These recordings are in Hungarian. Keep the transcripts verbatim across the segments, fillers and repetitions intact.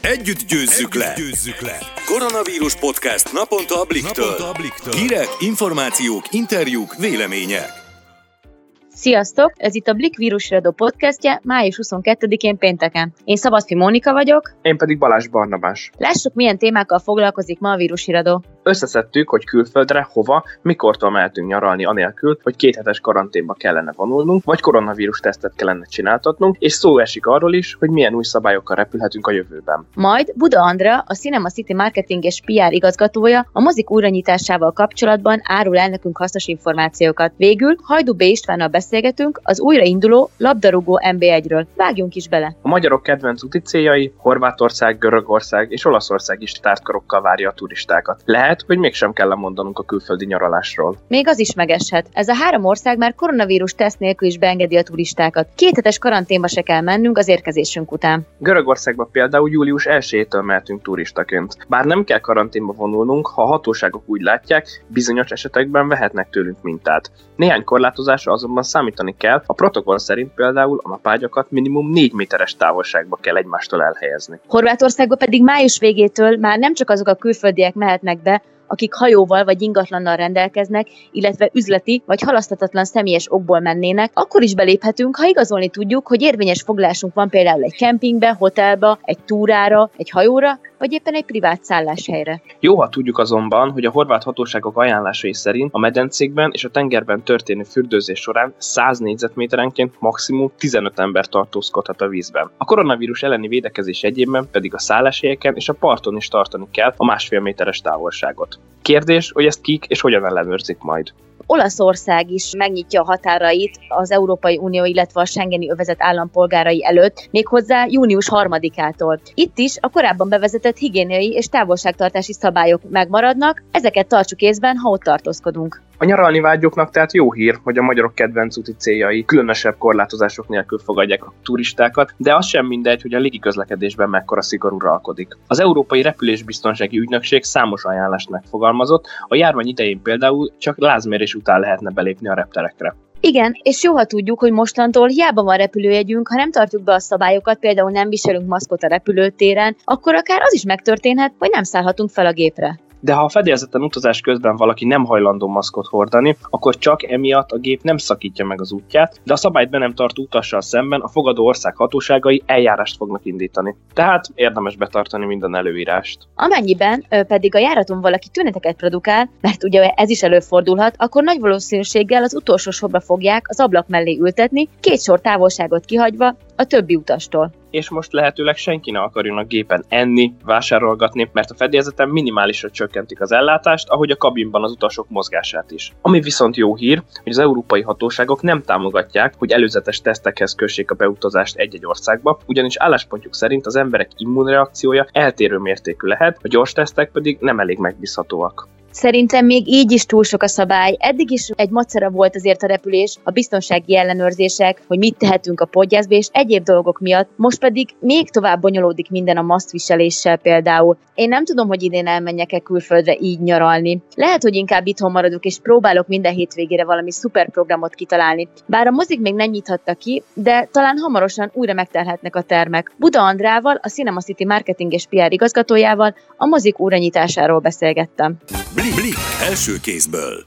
Együtt győzzük le! Győzzük le! Koronavírus podcast naponta a Blikktől. Naponta a Blikktől. Hírek, információk, interjúk, vélemények. Sziasztok! Ez itt a Blikk vírusradó podcastje május huszonkettedikén pénteken. Én Szabadfi Mónika vagyok. Én pedig Balázs Barnabás. Lássuk, milyen témákkal foglalkozik ma a vírusiradó. Összeszedtük, hogy külföldre, hova, mikortól mehetünk nyaralni anélkül, hogy két hetes karanténba kellene vonulnunk, vagy koronavírus tesztet kellene csináltatnunk, és szó esik arról is, hogy milyen új szabályokkal repülhetünk a jövőben. Majd Buda Andrea, a Cinema City marketing és pé er igazgatója a mozik újranyitásával kapcsolatban árul el nekünk hasznos információkat. Végül Hajdú B. Istvánnal beszélgetünk az újrainduló labdarúgó en bé egyről. Vágjunk is bele! A magyarok kedvenc úti céljai Horvátország, Görögország és Olaszország is tártkarokkal várja a turistákat. Lehet, hogy mégsem kell lemondanunk a külföldi nyaralásról. Még az is megeshet. Ez a három ország már koronavírus teszt nélkül is beengedi a turistákat. Kéthetes karanténba se kell mennünk az érkezésünk után. Görögországba például július elsejétől mehetünk turistaként. Bár nem kell karanténba vonulnunk, ha a hatóságok úgy látják, bizonyos esetekben vehetnek tőlünk mintát. Néhány korlátozásra azonban számítani kell, a protokoll szerint például a napágyakat minimum négy méteres távolságba kell egymástól elhelyezni. Horvátországba pedig május végétől már nem csak azok a külföldiek mehetnek be, akik hajóval vagy ingatlannal rendelkeznek, illetve üzleti vagy halaszthatatlan személyes okból mennének, akkor is beléphetünk, ha igazolni tudjuk, hogy érvényes foglalásunk van például egy kempingbe, hotelba, egy túrára, egy hajóra, vagy éppen egy privát szálláshelyre. Jó, ha tudjuk azonban, hogy a horvát hatóságok ajánlásai szerint a medencékben és a tengerben történő fürdőzés során száz négyzetméterenként maximum tizenöt ember tartózkodhat a vízben. A koronavírus elleni védekezés egyébben pedig a szálláshelyeken és a parton is tartani kell a másfél méteres távolságot. Kérdés, hogy ezt kik és hogyan ellenőrzik majd. Olaszország is megnyitja a határait az Európai Unió, illetve a Schengeni övezet állampolgárai előtt, méghozzá június harmadikától. Itt is a korábban bevezetett higiéniai és távolságtartási szabályok megmaradnak, ezeket tartsuk észben, ha ott tartózkodunk. A nyaralni vágyóknak tehát jó hír, hogy a magyarok kedvenc úti céljai különösebb korlátozások nélkül fogadják a turistákat, de az sem mindegy, hogy a légiközlekedésben mekkora szigor uralkodik. Az Európai Repülésbiztonsági Ügynökség számos ajánlást megfogalmazott, a járvány idején például csak lázmérés után lehetne belépni a repterekre. Igen, és jó, ha tudjuk, hogy mostantól hiába van repülőjegyünk, ha nem tartjuk be a szabályokat, például nem viselünk maszkot a repülőtéren, akkor akár az is megtörténhet, hogy nem szállhatunk fel a gépre. De ha a fedélzeten utazás közben valaki nem hajlandó maszkot hordani, akkor csak emiatt a gép nem szakítja meg az útját, de a szabályt be nem tartó utassal szemben a fogadó ország hatóságai eljárást fognak indítani. Tehát érdemes betartani minden előírást. Amennyiben pedig a járaton valaki tüneteket produkál, mert ugye ez is előfordulhat, akkor nagy valószínűséggel az utolsó sorba fogják az ablak mellé ültetni, két sor távolságot kihagyva a többi utastól. És most lehetőleg senki ne akarjon a gépen enni, vásárolgatni, mert a fedélzeten minimálisra csökkentik az ellátást, ahogy a kabinban az utasok mozgását is. Ami viszont jó hír, hogy az európai hatóságok nem támogatják, hogy előzetes tesztekhez kössék a beutazást egy-egy országba, ugyanis álláspontjuk szerint az emberek immunreakciója eltérő mértékű lehet, a gyors tesztek pedig nem elég megbízhatóak. Szerintem még így is túl sok a szabály. Eddig is egy macera volt azért a repülés, a biztonsági ellenőrzések, hogy mit tehetünk a podgyászba és egyéb dolgok miatt. Most pedig még tovább bonyolódik minden a maszkviseléssel például. Én nem tudom, hogy idén elmenjek-e külföldre így nyaralni. Lehet, hogy inkább itthon maradok és próbálok minden hétvégére valami szuper programot kitalálni. Bár a mozik még nem nyithattak ki, de talán hamarosan újra megtelhetnek a termek. Buda Andrával, a Cinema City marketing és pé er igazgatójával a mozik újranyitásáról beszélgettem. Blikk, Blikk első kézből.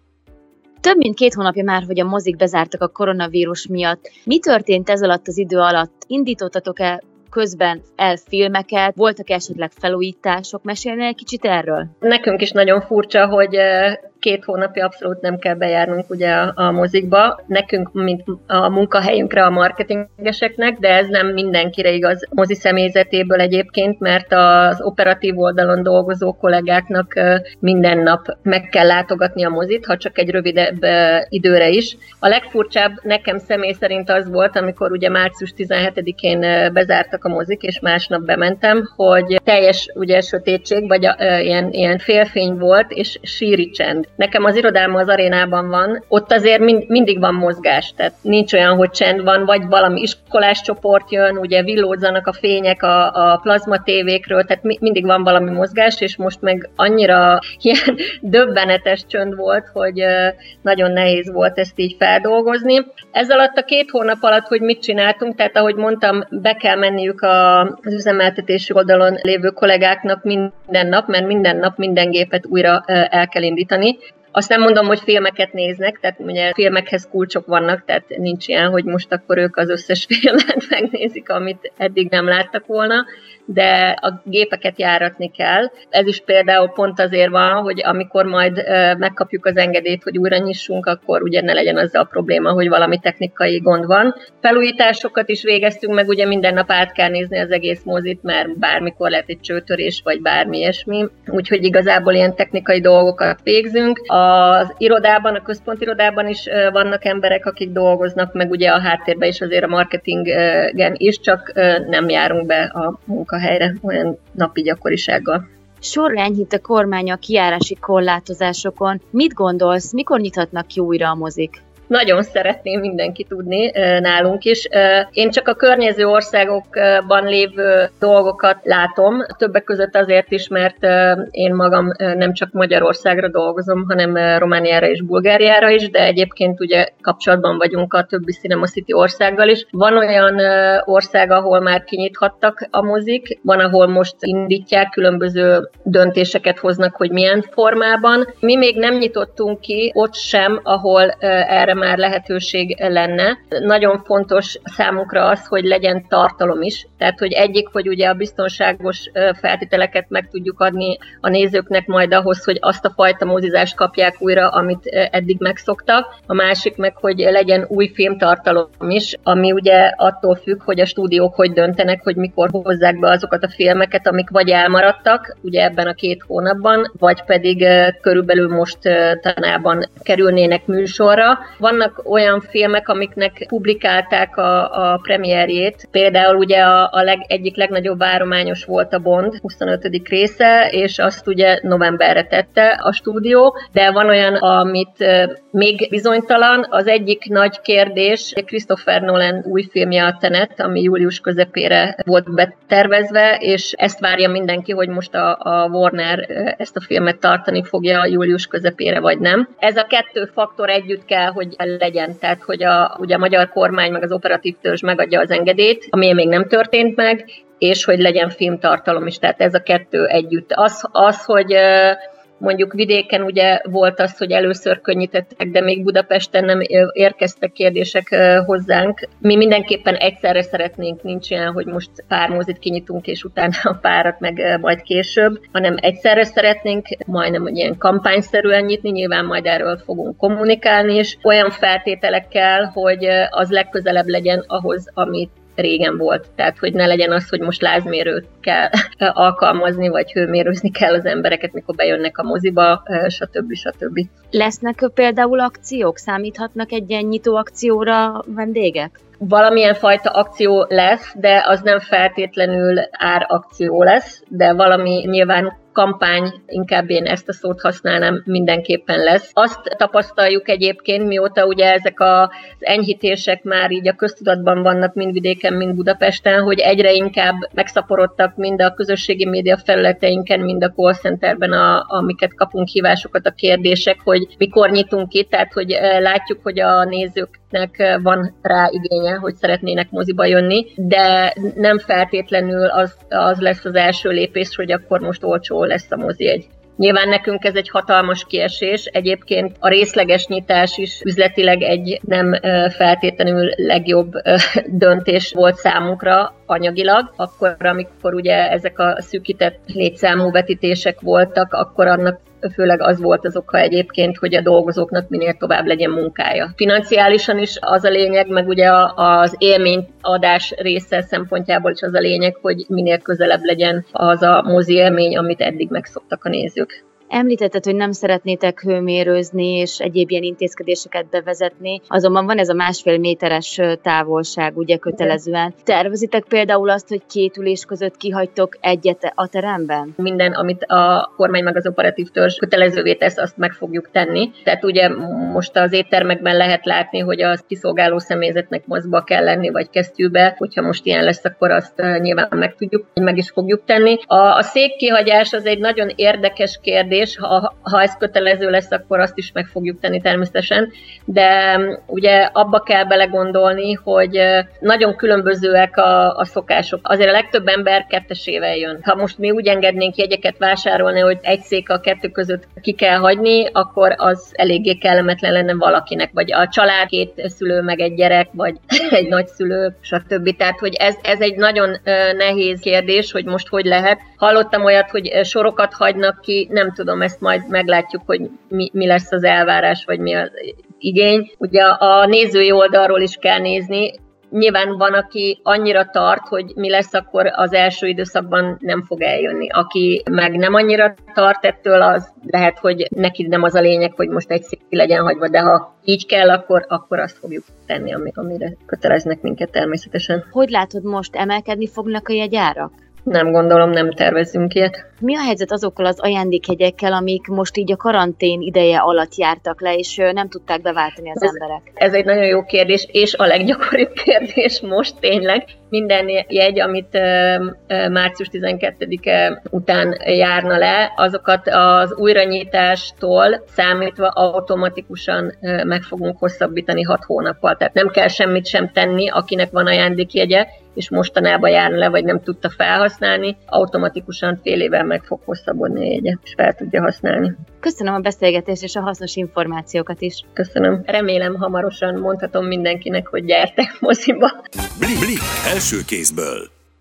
Több mint két hónapja már, hogy a mozik bezártak a koronavírus miatt. Mi történt ez alatt az idő alatt? Indítottatok-e közben el filmeket? Voltak esetleg felújítások? Mesélnél egy kicsit erről? Nekünk is nagyon furcsa, hogy két hónapja abszolút nem kell bejárnunk ugye a, a mozikba. Nekünk, mint a munkahelyünkre, a marketingeseknek, de ez nem mindenkire igaz mozi személyzetéből egyébként, mert az operatív oldalon dolgozó kollégáknak minden nap meg kell látogatni a mozit, ha csak egy rövidebb időre is. A legfurcsább nekem személy szerint az volt, amikor ugye március tizenhetedikén bezártak a mozik, és másnap bementem, hogy teljes ugye sötétség, vagy a, ilyen, ilyen félfény volt, és síri csend. Nekem az irodám az arénában van, ott azért mind, mindig van mozgás, tehát nincs olyan, hogy csend van, vagy valami iskolás csoport jön, ugye villódzanak a fények a, a plazma tévékről, tehát mi, mindig van valami mozgás, és most meg annyira ilyen döbbenetes csönd volt, hogy nagyon nehéz volt ezt így feldolgozni. Ez alatt a két hónap alatt, hogy mit csináltunk, tehát ahogy mondtam, be kell menniük az üzemeltetési oldalon lévő kollégáknak minden nap, mert minden nap minden gépet újra el kell indítani. Azt nem mondom, hogy filmeket néznek, tehát ugye filmekhez kulcsok vannak, tehát nincs ilyen, hogy most akkor ők az összes filmet megnézik, amit eddig nem láttak volna, de a gépeket járatni kell. Ez is például pont azért van, hogy amikor majd megkapjuk az engedélyt, hogy újra nyissunk, akkor ugye ne legyen azzal a probléma, hogy valami technikai gond van. Felújításokat is végeztünk, meg ugye minden nap át kell nézni az egész mozit, mert bármikor lehet egy csőtörés, vagy bármi ilyesmi. Úgyhogy igazából ilyen technikai dolgokat végzünk. Az irodában, a központi irodában is vannak emberek, akik dolgoznak, meg ugye a háttérben is azért a marketingen is, csak nem járunk be a munkahelyre olyan napi gyakorisággal. Sorra enyhít a kormány a kijárási korlátozásokon. Mit gondolsz, mikor nyithatnak ki újra a mozik? Nagyon szeretném mindenki tudni, nálunk is. Én csak a környező országokban lévő dolgokat látom, többek között azért is, mert én magam nem csak Magyarországra dolgozom, hanem Romániára és Bulgáriára is, de egyébként ugye kapcsolatban vagyunk a többi Cinema City országgal is. Van olyan ország, ahol már kinyithattak a mozik, van, ahol most indítják, különböző döntéseket hoznak, hogy milyen formában. Mi még nem nyitottunk ki ott sem, ahol erre már lehetőség lenne. Nagyon fontos számunkra az, hogy legyen tartalom is. Tehát, hogy egyik, hogy ugye a biztonságos feltételeket meg tudjuk adni a nézőknek majd ahhoz, hogy azt a fajta mozizást kapják újra, amit eddig megszoktak. A másik meg, hogy legyen új filmtartalom is, ami ugye attól függ, hogy a stúdiók hogy döntenek, hogy mikor hozzák be azokat a filmeket, amik vagy elmaradtak, ugye ebben a két hónapban, vagy pedig körülbelül most tanában kerülnének műsorra. Vannak olyan filmek, amiknek publikálták a, a premierjét. Például ugye a, a leg, egyik legnagyobb várományos volt a Bond huszonötödik része, és azt ugye novemberre tette a stúdió, de van olyan, amit még bizonytalan. Az egyik nagy kérdés, Christopher Nolan új filmje a Tenet, ami július közepére volt betervezve, és ezt várja mindenki, hogy most a, a Warner ezt a filmet tartani fogja július közepére, vagy nem. Ez a kettő faktor együtt kell, hogy legyen, tehát hogy a, ugye a magyar kormány meg az operatív törzs megadja az engedélyt, ami még nem történt meg, és hogy legyen filmtartalom is, tehát ez a kettő együtt. Az, az hogy mondjuk vidéken ugye volt az, hogy először könnyítettek, de még Budapesten nem érkeztek kérdések hozzánk. Mi mindenképpen egyszerre szeretnénk, nincs ilyen, hogy most pár mozit kinyitunk, és utána a párat meg majd később, hanem egyszerre szeretnénk majdnem, hogy ilyen kampányszerűen nyitni, nyilván majd erről fogunk kommunikálni, és olyan feltételekkel, hogy az legközelebb legyen ahhoz, amit régen volt. Tehát, hogy ne legyen az, hogy most lázmérőt kell alkalmazni, vagy hőmérőzni kell az embereket, mikor bejönnek a moziba, stb. stb. Lesznek például akciók? Számíthatnak egy ilyen nyitó akcióra vendégek? Valamilyen fajta akció lesz, de az nem feltétlenül árakció lesz, de valami nyilván kampány, inkább én ezt a szót használnám, mindenképpen lesz. Azt tapasztaljuk egyébként, mióta ugye ezek az enyhítések már így a köztudatban vannak mind vidéken, mind Budapesten, hogy egyre inkább megszaporodtak mind a közösségi média felületeinken, mind a call centerben, a, amiket kapunk hívásokat, a kérdések, hogy mikor nyitunk ki, tehát hogy látjuk, hogy a nézőknek van rá igénye, hogy szeretnének moziba jönni, de nem feltétlenül az, az lesz az első lépés, hogy akkor most olcsó lesz a mozijegy. Nyilván nekünk ez egy hatalmas kiesés, egyébként a részleges nyitás is üzletileg egy nem feltétlenül legjobb döntés volt számunkra anyagilag. Akkor, amikor ugye ezek a szűkített létszámú vetítések voltak, akkor annak főleg az volt az oka egyébként, hogy a dolgozóknak minél tovább legyen munkája. Financiálisan is az a lényeg, meg ugye az élményadás része szempontjából is az a lényeg, hogy minél közelebb legyen az a mozi élmény, amit eddig megszoktak a nézők. Említetted, hogy nem szeretnétek hőmérőzni és egyéb ilyen intézkedéseket bevezetni, azonban van ez a másfél méteres távolság, ugye kötelezően. Tervezitek például azt, hogy két ülés között kihagytok egyet a teremben? Minden, amit a kormány meg az operatív törzs kötelezővé tesz, azt meg fogjuk tenni. Tehát ugye most az éttermekben lehet látni, hogy a kiszolgáló személyzetnek maszkba kell lenni, vagy kesztyűbe. Hogyha most ilyen lesz, akkor azt nyilván meg tudjuk, meg is fogjuk tenni. A, a székkihagyás az egy nagyon érdekes kérdés. Ha, ha ez kötelező lesz, akkor azt is meg fogjuk tenni természetesen. De ugye abba kell belegondolni, hogy nagyon különbözőek a, a szokások. Azért a legtöbb ember kettesével jön. Ha most mi úgy engednénk jegyeket vásárolni, hogy egy szék a kettő között ki kell hagyni, akkor az eléggé kellemetlen lenne valakinek, vagy a család, két szülő, meg egy gyerek, vagy egy nagyszülő, stb. Tehát, hogy ez, ez egy nagyon nehéz kérdés, hogy most hogy lehet. Hallottam olyat, hogy sorokat hagynak ki, nem tudom, ezt majd meglátjuk, hogy mi, mi lesz az elvárás, vagy mi az igény. Ugye a nézői oldalról is kell nézni. Nyilván van, aki annyira tart, hogy mi lesz, akkor az első időszakban nem fog eljönni. Aki meg nem annyira tart ettől, az lehet, hogy neki nem az a lényeg, hogy most egy szék legyen hagyva, de ha így kell, akkor, akkor azt fogjuk tenni, amire köteleznek minket természetesen. Hogy látod most, emelkedni fognak a jegyárak? Nem gondolom, nem tervezzünk ilyet. Mi a helyzet azokkal az ajándékhegyekkel, amik most így a karantén ideje alatt jártak le, és nem tudták beváltani az ez, emberek? Ez egy nagyon jó kérdés, és a leggyakoribb kérdés most tényleg. Minden jegy, amit március tizenkettedike után járna le, azokat az újranyitástól számítva automatikusan meg fogunk hosszabbítani hat hónappal. Tehát nem kell semmit sem tenni, akinek van ajándékjegye, és mostanában járna le, vagy nem tudta felhasználni, automatikusan fél éven meg fog hosszabbodni a jegye, és fel tudja használni. Köszönöm a beszélgetést és a hasznos információkat is. Köszönöm. Remélem hamarosan mondhatom mindenkinek, hogy gyertek moziba. Blik, blik, első kézből.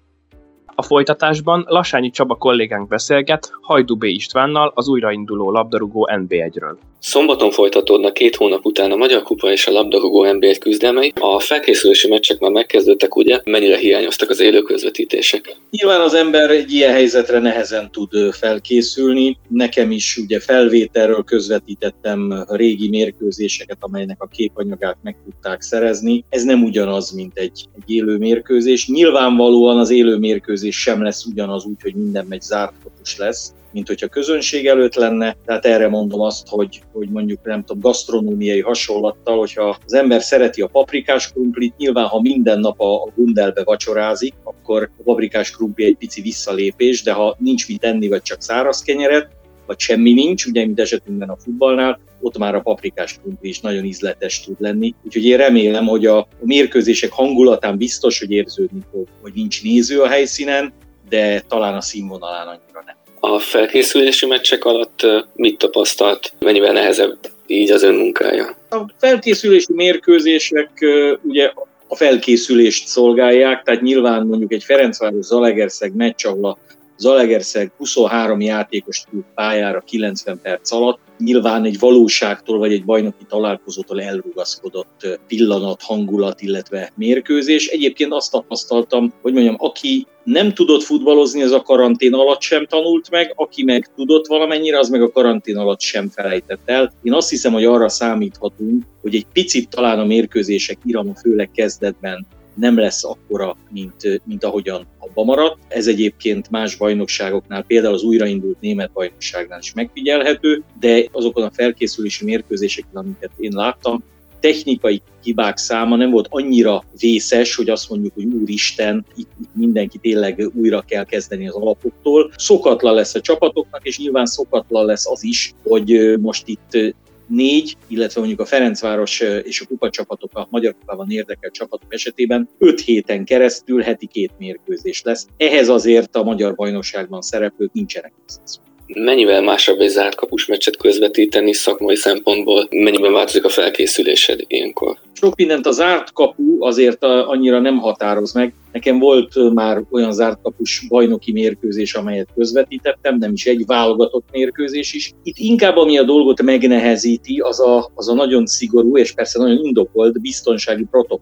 A folytatásban Lassányi Csaba kollégánk beszélget Hajdú B. Istvánnal az újrainduló labdarúgó en bé egyről. Szombaton folytatódnak két hónap után a Magyar Kupa és a labdarúgó en bé egy küzdelmei. A felkészülési meccsek már megkezdődtek, ugye? Mennyire hiányoztak az élő közvetítések? Nyilván az ember egy ilyen helyzetre nehezen tud felkészülni. Nekem is ugye felvételről közvetítettem régi mérkőzéseket, amelynek a képanyagát meg tudták szerezni. Ez nem ugyanaz, mint egy, egy élő mérkőzés. Nyilvánvalóan az élő mérkőzés sem lesz ugyanaz úgy, hogy minden megy zárt kapus lesz, mint hogyha közönség előtt lenne. Tehát erre mondom azt, hogy, hogy mondjuk nem tudom, gasztronómiai hasonlattal, hogyha az ember szereti a paprikás krumplit, nyilván ha minden nap a, a Gundelbe vacsorázik, akkor a paprikás krumpli egy pici visszalépés, de ha nincs mit enni, vagy csak száraz kenyeret, vagy semmi nincs, ugye mint esetünkben a futballnál, ott már a paprikás krumpli is nagyon ízletes tud lenni. Úgyhogy én remélem, hogy a, a mérkőzések hangulatán biztos, hogy érződni fog, hogy nincs néző a helyszínen, de talán a színvonalán annyira nem. A felkészülési meccsek alatt mit tapasztalt? Mennyivel nehezebb így az ön munkája? A felkészülési mérkőzések ugye a felkészülést szolgálják, tehát nyilván mondjuk egy Ferencváros-Zalaegerszeg meccs, ahol a Zalaegerszeg huszonhárom játékost küld pályára kilencven perc alatt, nyilván egy valóságtól vagy egy bajnoki találkozótól elrugaszkodott pillanat, hangulat, illetve mérkőzés. Egyébként azt tapasztaltam, hogy mondjam, aki nem tudott futballozni, az a karantén alatt sem tanult meg, aki meg tudott valamennyire, az meg a karantén alatt sem felejtett el. Én azt hiszem, hogy arra számíthatunk, hogy egy picit talán a mérkőzések irama, főleg kezdetben nem lesz akkora, mint, mint ahogyan abba maradt. Ez egyébként más bajnokságoknál, például az újraindult német bajnokságnál is megfigyelhető, de azokon a felkészülési mérkőzéseken, amiket én láttam, technikai hibák száma nem volt annyira vészes, hogy azt mondjuk, hogy úristen, itt, itt mindenki tényleg újra kell kezdeni az alapoktól. Szokatlan lesz a csapatoknak, és nyilván szokatlan lesz az is, hogy most itt négy, illetve mondjuk a Ferencváros és a kupacsapatok, a Magyar Kupában érdekelt csapatok esetében öt héten keresztül heti két mérkőzés lesz. Ehhez azért a magyar bajnokságban szereplők nincsenek vissza. Mennyivel másabb egy zárt kapus meccset közvetíteni szakmai szempontból? Mennyiben változik a felkészülésed ilyenkor? Sok mindent a zárt kapu azért annyira nem határoz meg. Nekem volt már olyan zárt kapus bajnoki mérkőzés, amelyet közvetítettem, nem is egy válogatott mérkőzés is. Itt inkább ami a dolgot megnehezíti, az a, az a nagyon szigorú és persze nagyon indokolt biztonsági protokoll.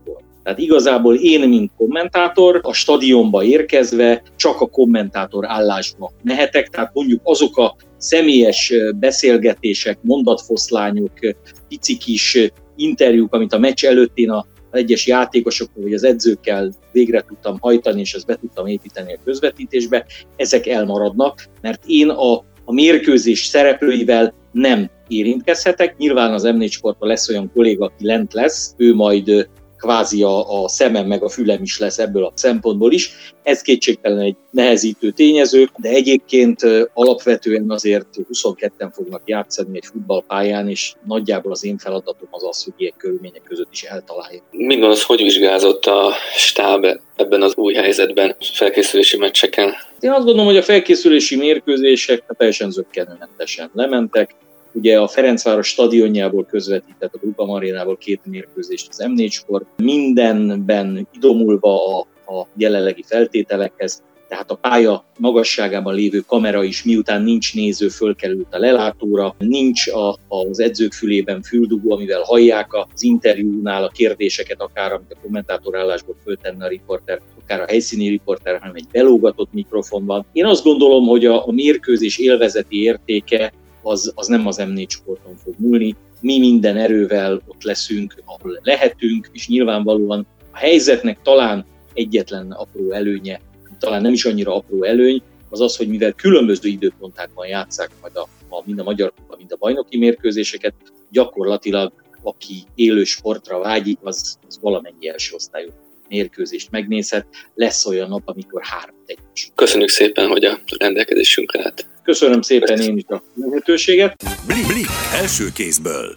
Tehát igazából én, mint kommentátor, a stadionba érkezve csak a kommentátor állásba mehetek, tehát mondjuk azok a személyes beszélgetések, mondatfoszlányok, pici kis interjúk, amit a meccs előtt én a egyes játékosokkal vagy az edzőkkel végre tudtam hajtani, és ezt be tudtam építeni a közvetítésbe, ezek elmaradnak, mert én a, a mérkőzés szereplőivel nem érintkezhetek. Nyilván az em négy Sportban lesz olyan kolléga, aki lent lesz, ő majd kvázi a, a szemem meg a fülem is lesz ebből a szempontból is. Ez kétségtelen egy nehezítő tényező, de egyébként alapvetően azért huszonketten fognak játszani egy futballpályán, és nagyjából az én feladatom az az, hogy ilyen körülmények között is eltalálják. Mit gondolsz, hogy vizsgázott a stáb ebben az új helyzetben, felkészülési meccseken? Én azt gondolom, hogy a felkészülési mérkőzések teljesen zökkenőmentesen lementek. Ugye a Ferencváros stadionjából közvetített, a Grupam Arénából két mérkőzést az em négy Sport, mindenben idomulva a, a jelenlegi feltételekhez, tehát a pálya magasságában lévő kamera is, miután nincs néző, fölkerült a lelátóra, nincs a, az edzők fülében füldugó, amivel hallják az interjúnál a kérdéseket, akár amit a kommentátorállásból föltenne a riporter, akár a helyszíni riporter, hanem egy belógatott mikrofon van. Én azt gondolom, hogy a, a mérkőzés élvezeti értéke Az, az nem az em négy Sporton fog múlni. Mi minden erővel ott leszünk, ahol lehetünk, és nyilvánvalóan a helyzetnek talán egyetlen apró előnye, talán nem is annyira apró előny, az az, hogy mivel különböző időpontokban játsszák majd a, a, mind a magyar kupa, mind a bajnoki mérkőzéseket, gyakorlatilag aki élő sportra vágyik, az, az valamennyi első osztályú mérkőzést megnézhet. Lesz olyan nap, amikor három egyes. Köszönjük szépen, hogy a rendelkezésünkre állt. Köszönöm szépen én is a lehetőséget. Blik, Blik első kézből.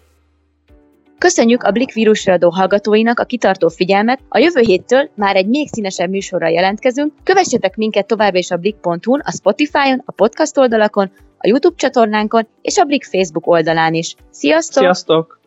Köszönjük a Blik vírusradó hallgatóinak a kitartó figyelmet. A jövő héttől már egy még színesebb műsorral jelentkezünk. Kövessetek minket továbbra is a blik pont hu-n, a Spotify-on, a podcast oldalakon, a YouTube csatornánkon és a Blik Facebook oldalán is. Sziasztok! Sziasztok!